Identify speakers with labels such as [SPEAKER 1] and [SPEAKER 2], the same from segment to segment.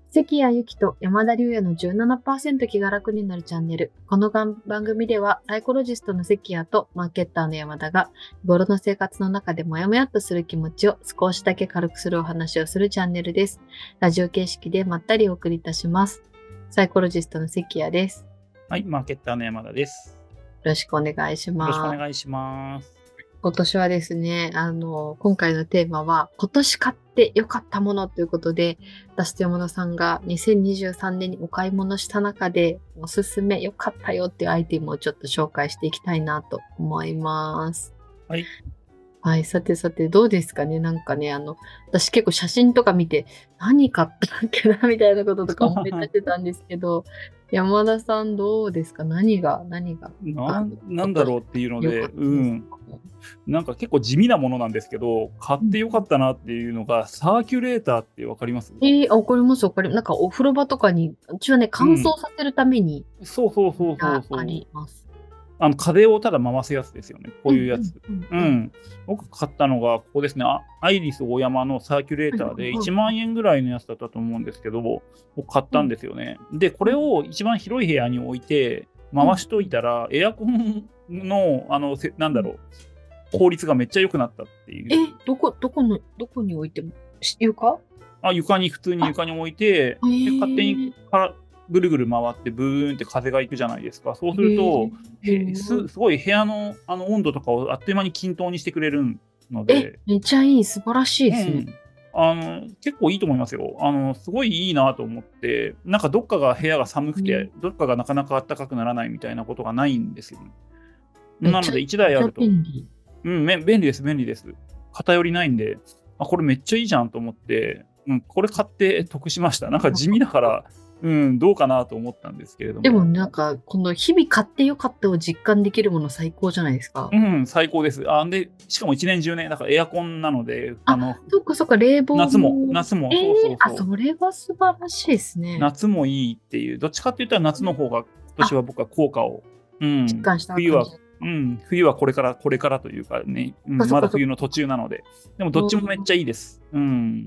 [SPEAKER 1] 関谷由紀と山田龍也の17%気が楽になるチャンネル。この番組ではサイコロジストの関谷とマーケッターの山田が日頃の生活の中でモヤモヤっとする気持ちを少しだけ軽くするお話をするチャンネルです。ラジオ形式でまったりお送りいたします。サイコロジストの関谷です。
[SPEAKER 2] はい、マーケッターの山田です。
[SPEAKER 1] よろしくお願いします。
[SPEAKER 2] よろしくお願いします。
[SPEAKER 1] 今年はですね、今回のテーマは、今年買って良かったものということで、私と山田さんが2023年にお買い物した中で、おすすめ良かったよっていうアイテムをちょっと紹介していきたいなと思います。
[SPEAKER 2] はい。
[SPEAKER 1] はい、さてさて、どうですかね。なんかね、私結構写真とか見て、何買ったっけなみたいなこととか思い出してたんですけど、山田さんどうですか？何が
[SPEAKER 2] なんだろうっていうので、
[SPEAKER 1] 良かったですか？
[SPEAKER 2] なんか結構地味なものなんですけど、買ってよかったなっていうのが、サーキュレーターってわかります？
[SPEAKER 1] わかります、わかります。なんかお風呂場とかに、うちはね、乾燥させるために、
[SPEAKER 2] そうそうそうそうそ
[SPEAKER 1] あ
[SPEAKER 2] う。
[SPEAKER 1] ります。
[SPEAKER 2] 風をただ回すやつですよね。こういうやつ。
[SPEAKER 1] うん。
[SPEAKER 2] 僕買ったのが、ここですね。アイリスオーヤマのサーキュレーターで1万円ぐらいのやつだったと思うんですけど、買ったんですよね。で、これを一番広い部屋に置いて、回しといたら、エアコンの、効率がめっちゃ良くなったっていう。
[SPEAKER 1] どこに置いても、床？
[SPEAKER 2] 普通に床に置いて、で勝手にぐるぐる回ってブーンって風がいくじゃないですか。そうすると、すごい部屋の温度とかをあっという間に均等にしてくれるので、
[SPEAKER 1] めっちゃいい、素晴らしいですね。
[SPEAKER 2] 結構いいと思いますよ。すごいいいなと思って、なんかどっかが部屋が寒くて、どっかがなかなか暖かくならないみたいなことがないんですよね。なので1台あると、
[SPEAKER 1] 便利。
[SPEAKER 2] 便利です、便利です。偏りないんで、これめっちゃいいじゃんと思って、これ買って得しました。なんか地味だから、どうかなと思ったんですけれども。
[SPEAKER 1] でもなんか、この日々買ってよかったを実感できるもの最高じゃないですか。
[SPEAKER 2] 最高です。で、しかも一年中ね、だからエアコンなので、
[SPEAKER 1] そっか、冷房も。
[SPEAKER 2] 夏も、そうそう。
[SPEAKER 1] それは素晴らしいですね。
[SPEAKER 2] 夏もいいっていう、どっちかって言ったら夏の方が、今年は僕は効果を、
[SPEAKER 1] 実感した感じ。
[SPEAKER 2] 冬はこれからというかね、まだ冬の途中なので、でもどっちもめっちゃいいです。が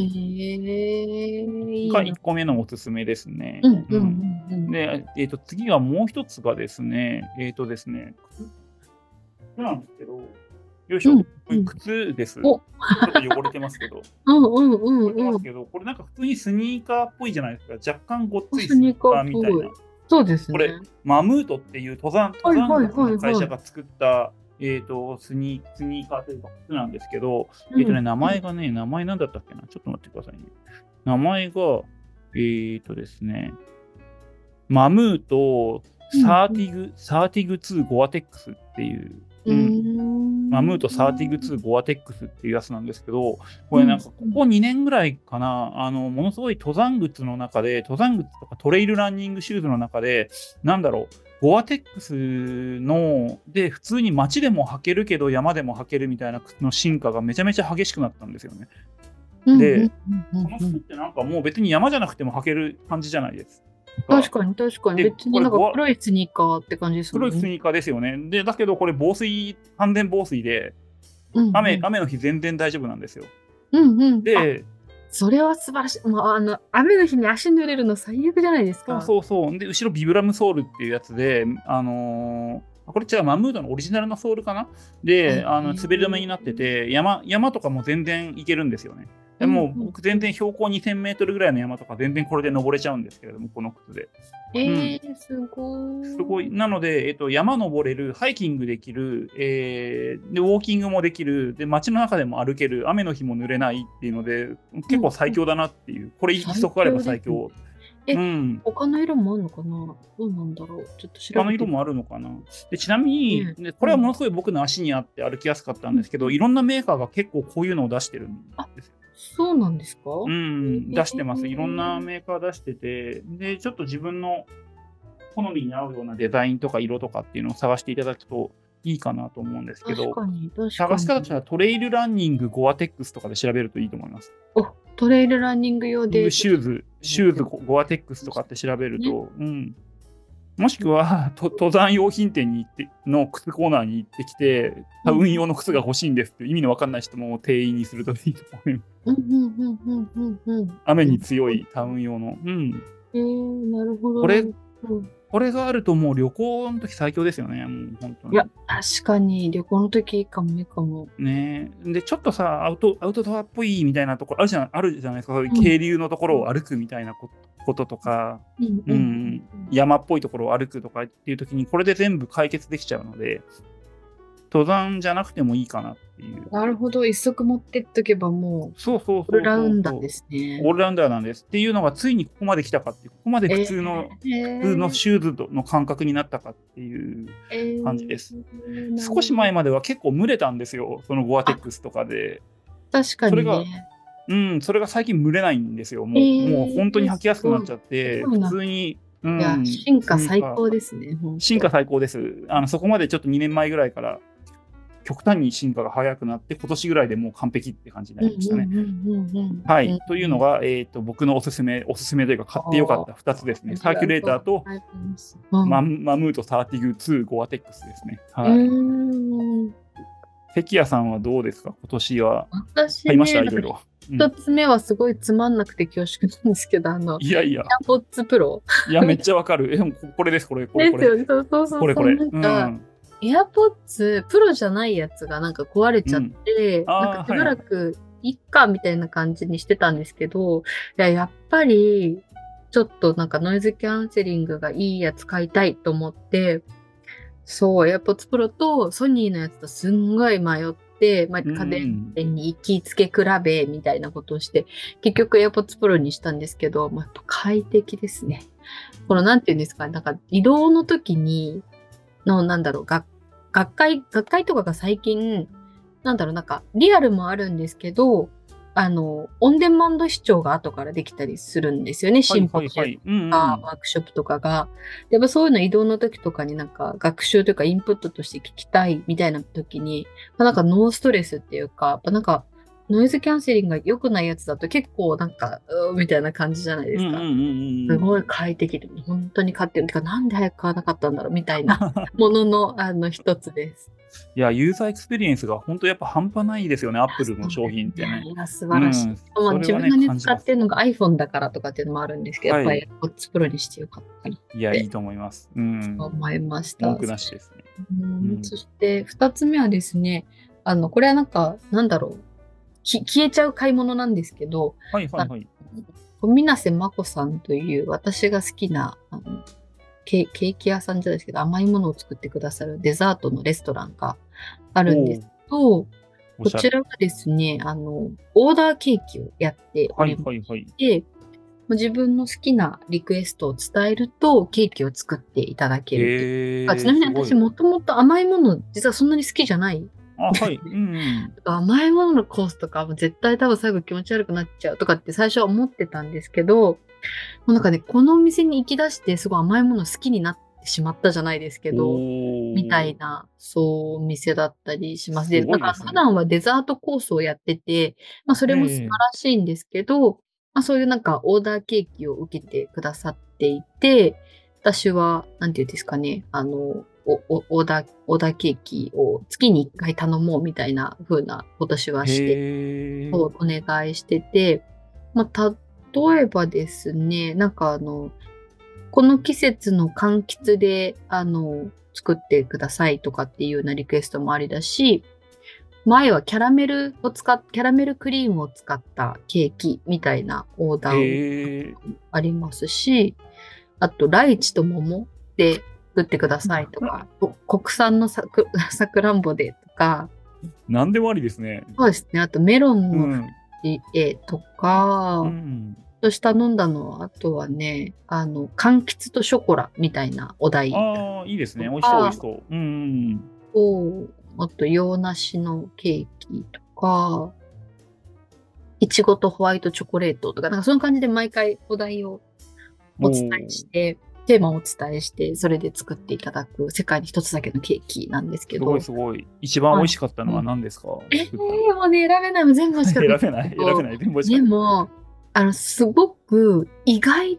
[SPEAKER 2] 1個目のおすすめですね。で、次はもう一つがですね、靴なんですけど、よいしょ、靴です。ちょっと汚れてますけど。これなんか普通にスニーカーっぽいじゃないですか。若干ごっついスニーカーみたいな。
[SPEAKER 1] そうですね。
[SPEAKER 2] これ、マムートっていう登山靴の会社が作った、スニーカーというか靴なんですけど、名前なんだったっけな、ちょっと待ってくださいね。名前が、ですね、マムートサーティグ2ゴアテックスっていう、マムートサーティグ2ゴアテックスっていうやつなんですけど、これなんかここ2年ぐらいかな、ものすごい登山靴とかトレイルランニングシューズの中で、ゴアテックスで普通に街でも履けるけど山でも履けるみたいな靴の進化がめちゃめちゃ激しくなったんですよね。で、この靴ってなんかもう別に山じゃなくても履ける感じじゃないですか。
[SPEAKER 1] 確かに。別になんか黒いスニーカーって感じです
[SPEAKER 2] ね。黒いスニーカーですよね。で、だけどこれ完全防水で、雨の日全然大丈夫なんですよ。
[SPEAKER 1] で、それは素晴らしい。雨の日に足濡れるの最悪じゃないですか。
[SPEAKER 2] そう。で、後ろビブラムソールっていうやつで、これマムードのオリジナルのソールかなで、滑り止めになってて、山とかも全然行けるんですよね。でも僕全然標高2000メートルぐらいの山とか全然これで登れちゃうんですけれども、この靴で。
[SPEAKER 1] すごい。
[SPEAKER 2] すごい。なので、山登れる、ハイキングできる、で、ウォーキングもできる、で、街の中でも歩ける、雨の日も濡れないっていうので、結構最強だなっていう。これ一足あれば最強。
[SPEAKER 1] 他の色もあるのかな？どうなんだろう。ちょっと調べて。
[SPEAKER 2] 他の色もあるのかな。で、ちなみに、これはものすごい僕の足にあって歩きやすかったんですけど、いろんなメーカーが結構こういうのを出してるんですよ。
[SPEAKER 1] そうなんですか？
[SPEAKER 2] 出してます。いろんなメーカー出してて、で、ちょっと自分の好みに合うようなデザインとか色とかっていうのを探していただくといいかなと思うんですけど、探し方としてはトレイルランニングゴアテックスとかで調べるといいと思います。
[SPEAKER 1] トレイルランニング用で。
[SPEAKER 2] シューズゴアテックスとかって調べると、 もしくは登山用品店に行っての靴コーナーに行ってきて、タウン用の靴が欲しいんですって意味のわかんない人も店員にするといいと思います。雨に強いタウン用の。
[SPEAKER 1] なるほど。
[SPEAKER 2] これがあるともう旅行の時最強ですよね。もう本当に。
[SPEAKER 1] いや、確かに旅行の時いいかもいいかも。
[SPEAKER 2] ねえ。で、ちょっとさ、アウトドアっぽいみたいなところあるじゃないですか。そういう渓流のところを歩くみたいなこととか、山っぽいところを歩くとかっていう時に、これで全部解決できちゃうので、登山じゃなくてもいいかなっていう。
[SPEAKER 1] なるほど、一足持ってっとけばもう、オールラウンダーですね。
[SPEAKER 2] オールラウンダーなんです。っていうのがついにここまで来たかっていう、ここまで普通のシューズの感覚になったかっていう感じです。少し前までは結構蒸れたんですよ、そのゴアテックスとかで。
[SPEAKER 1] 確かにね。
[SPEAKER 2] それが最近蒸れないんですよ。もう本当に履きやすくなっちゃって、普通に。
[SPEAKER 1] いや、進化最高ですね。
[SPEAKER 2] 進化最高です。そこまでちょっと2年前ぐらいから極端に進化が早くなって、今年ぐらいでもう完璧って感じになりましたね。はい。というのが、僕のおすすめというか買ってよかった2つですね。サーキュレーターとマムート30-2ゴアテックスですね。はい。関谷さんはどうですか？今年は買いました？いろいろ。
[SPEAKER 1] 一つ目はすごいつまんなくて恐縮なんですけど、
[SPEAKER 2] いやいや。
[SPEAKER 1] AirPods Pro。
[SPEAKER 2] いや、めっちゃわかる。これです、これ。
[SPEAKER 1] ですよね。そう。
[SPEAKER 2] これ。
[SPEAKER 1] AirPods Pro じゃないやつがなんか壊れちゃって、なんかしばらくいっかみたいな感じにしてたんですけど、やっぱりちょっとなんかノイズキャンセリングがいいやつ買いたいと思って、そう、AirPods Pro とソニーのやつとすんごい迷って、家電店に行きつけ比べみたいなことをして、結局 AirPods Pro にしたんですけど、やっぱ快適ですね。このなんていうんですか、なんか移動の時に、なんだろう、学会とかが最近、なんかリアルもあるんですけど、オンデマンド視聴が後からできたりするんですよね。シンポジウムとかワークショップとかが。やっぱそういうの移動の時とかになんか学習というかインプットとして聞きたいみたいな時に、なんかノーストレスっていうか、なんかノイズキャンセリングが良くないやつだと結構なんか、みたいな感じじゃないですか。すごい快適で、本当に買ってる。てか、なんで早く買わなかったんだろうみたいなものの一つです。
[SPEAKER 2] いや、ユーザーエクスペリエンスが本当やっぱ半端ないですよね、アップルの商品ってね。
[SPEAKER 1] いや、素晴らしい。自分が使ってるのが iPhone だからとかっていうのもあるんですけど、やっぱり AirPods Pro にしてよかったな。
[SPEAKER 2] いや、いいと思います。
[SPEAKER 1] そう思いました。
[SPEAKER 2] 文句なしですね。
[SPEAKER 1] そして、2つ目はですね、これはなんか、なんだろう。消えちゃう買い物なんですけど、小水瀬真子さんという私が好きなケーキ屋さんじゃないですけど、甘いものを作ってくださるデザートのレストランがあるんですけど、こちらがですね、オーダーケーキをやっておりまして、自分の好きなリクエストを伝えるとケーキを作っていただける。ちなみに私もともと甘いもの実はそんなに好きじゃない。甘いもののコースとかも絶対多分最後気持ち悪くなっちゃうとかって最初は思ってたんですけど、もうなんかね、このお店に行き出してすごい甘いもの好きになってしまったじゃないですけど、みたいな、そう、お店だったりします。で、だから普段はデザートコースをやってて、それも素晴らしいんですけど、そういうなんかオーダーケーキを受けてくださっていて、私は、なんていうんですかね、オーダーケーキを月に1回頼もうみたいな風な今年はして、お願いしてて、例えばですね、なんかこの季節の柑橘で、作ってくださいとかっていうようなリクエストもありだし、前はキャラメルクリームを使ったケーキみたいなオーダーもありますし、あと、ライチと桃で作ってくださいとか、国産のさくらんぼでとか。
[SPEAKER 2] 何でもありですね。
[SPEAKER 1] そうですね。あと、メロンの絵とか、そして頼んだのは、あとはね、柑橘とショコラみたいなお題。
[SPEAKER 2] ああ、いいですね。美味しそう、美味しそう。
[SPEAKER 1] あと、洋梨のケーキとか、いちごとホワイトチョコレートとか、なんかその感じで毎回お題をお伝えして、テーマをお伝えして、それで作っていただく世界に一つだけのケーキなんですけど。
[SPEAKER 2] すごい。一番美味しかったのは何ですか？も
[SPEAKER 1] うね、選べない。全部美味しかった。
[SPEAKER 2] 選べない。全部美味しかった。
[SPEAKER 1] でも、すごく意外だっ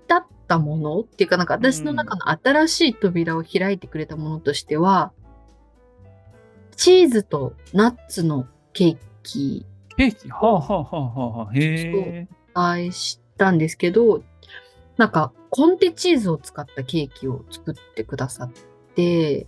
[SPEAKER 1] ったものっていうか、なんか私の中の新しい扉を開いてくれたものとしては、チーズとナッツのケーキ
[SPEAKER 2] ケーキはあはあはあはあはあ。へえ。
[SPEAKER 1] を愛したんですけど、なんかコンテチーズを使ったケーキを作ってくださって、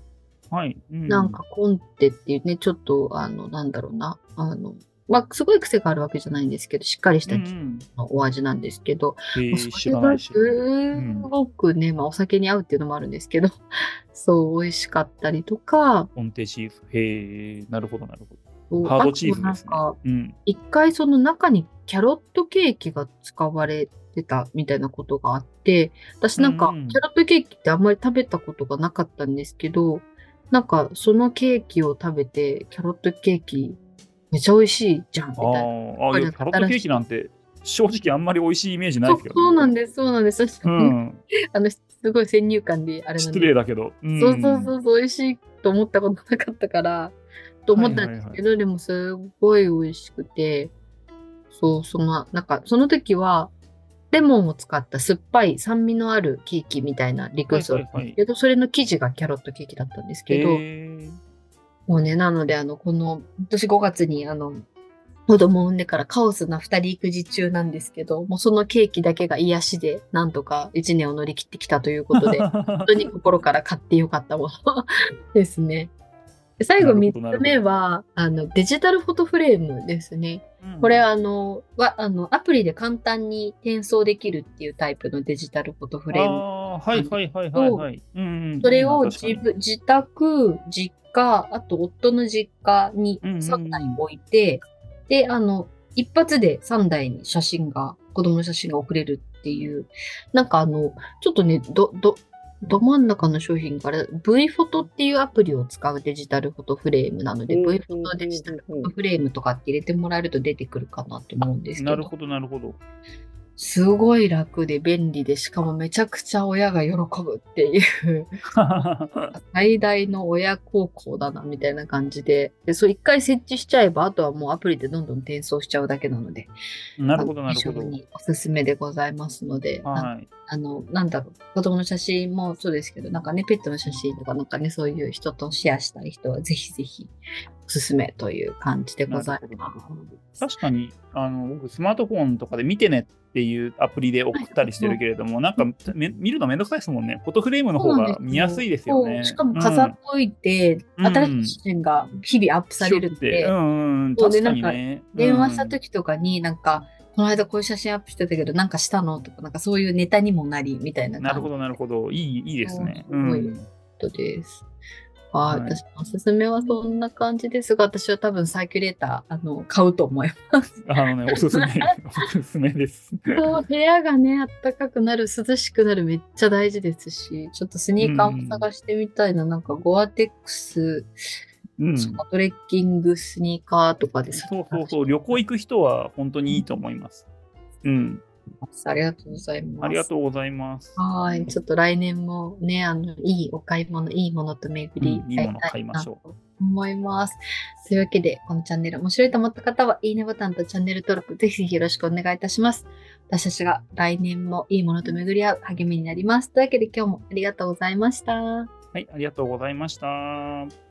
[SPEAKER 2] はい。
[SPEAKER 1] なんかコンテっていうね、ちょっと、なんだろうな、まあ、すごい癖があるわけじゃないんですけど、しっかりしたお味なんですけど、もうそ
[SPEAKER 2] 知らな
[SPEAKER 1] れがす
[SPEAKER 2] いし。
[SPEAKER 1] ごくね、まあ、お酒に合うっていうのもあるんですけど、そう、美味しかったりとか、
[SPEAKER 2] コンテチーズ。へえ、なるほど、なるほど。ハー
[SPEAKER 1] あ
[SPEAKER 2] ドチーズ
[SPEAKER 1] となん
[SPEAKER 2] ですね。
[SPEAKER 1] か、一回その中にキャロットケーキが使われてたみたいなことがあって、私なんか、キャロットケーキってあんまり食べたことがなかったんですけど、なんか、そのケーキを食べて、キャロットケーキ、めちゃ美味しいじゃん、みたいな。
[SPEAKER 2] いや、キャロットケーキなんて、正直あんまり美味しいイメージないですけどね。
[SPEAKER 1] そうなんです、そうなんです。
[SPEAKER 2] うん。
[SPEAKER 1] すごい先入観で、あれなんで。
[SPEAKER 2] 失礼だけど。
[SPEAKER 1] そうそうそう、美味しいと思ったことなかったから、と思ったんですけど、でもすごい美味しくて、そう、なんか、その時は、レモンを使った酸っぱい酸味のあるケーキみたいなリクエストだったんですけど、それの生地がキャロットケーキだったんですけど、もうね、なので、今年5月に、子供を産んでからカオスな二人育児中なんですけど、もうそのケーキだけが癒しで、なんとか一年を乗り切ってきたということで、本当に心から買ってよかったものですね。最後3つ目は、デジタルフォトフレームですね。これアプリで簡単に転送できるっていうタイプのデジタルフォトフレーム。
[SPEAKER 2] はいはいはいはいはい。
[SPEAKER 1] それを自宅、実家、あと夫の実家に3台置いて、で、一発で3台に子供の写真が送れるっていう、なんかちょっとね、ど真ん中の商品から V フォトっていうアプリを使うデジタルフォトフレームなので、V フォトデジタルフォトフレームとかって入れてもらえると出てくるかなと思うんですけど。
[SPEAKER 2] なるほど、なるほど。
[SPEAKER 1] すごい楽で便利で、しかもめちゃくちゃ親が喜ぶっていう最大の親孝行だなみたいな感じで、そう一回設置しちゃえば、あとはもうアプリでどんどん転送しちゃうだけなので、
[SPEAKER 2] なるほど、なるほど。
[SPEAKER 1] 非常におすすめでございますので、
[SPEAKER 2] はい。
[SPEAKER 1] なんだろう、子供の写真もそうですけど、なんかね、ペットの写真とかなんかね、そういう人とシェアしたい人はぜひぜひおすすめという感じでございます。
[SPEAKER 2] 確かに、僕スマートフォンとかで見てねっていうアプリで送ったりしてるけれども、なんか見るのめんどくさいですもんね。フォトフレームの方が見やすいですよね。
[SPEAKER 1] しかも飾っといて、新しい写真が日々アップされるんで、
[SPEAKER 2] 確かにね。
[SPEAKER 1] 電話した時とかになんか、この間こういう写真アップしてたけど、なんかしたのとか、なんかそういうネタにもなり、みたいな感じ。
[SPEAKER 2] なるほど、なるほど。いいですね。
[SPEAKER 1] すごいことです。私のおすすめはそんな感じですが、私は多分サーキュレーター、買うと思います。
[SPEAKER 2] おすすめです。
[SPEAKER 1] そう、部屋がね、あったかくなる、涼しくなる、めっちゃ大事ですし、ちょっとスニーカーも探してみたいな、なんかゴアテックス、トレッキングスニーカーとかです。
[SPEAKER 2] そう、旅行行く人は本当にいいと思います。
[SPEAKER 1] ありがとうございます。
[SPEAKER 2] ありがとうございます。
[SPEAKER 1] はい。ちょっと来年もね、いいお買い物、いいものと巡り
[SPEAKER 2] いいもの買いましょう。
[SPEAKER 1] 思います。というわけで、このチャンネル面白いと思った方は、いいねボタンとチャンネル登録、ぜひぜひよろしくお願いいたします。私たちが来年もいいものと巡り合う励みになります。というわけで今日もありがとうございました。は
[SPEAKER 2] い、ありがとうございました。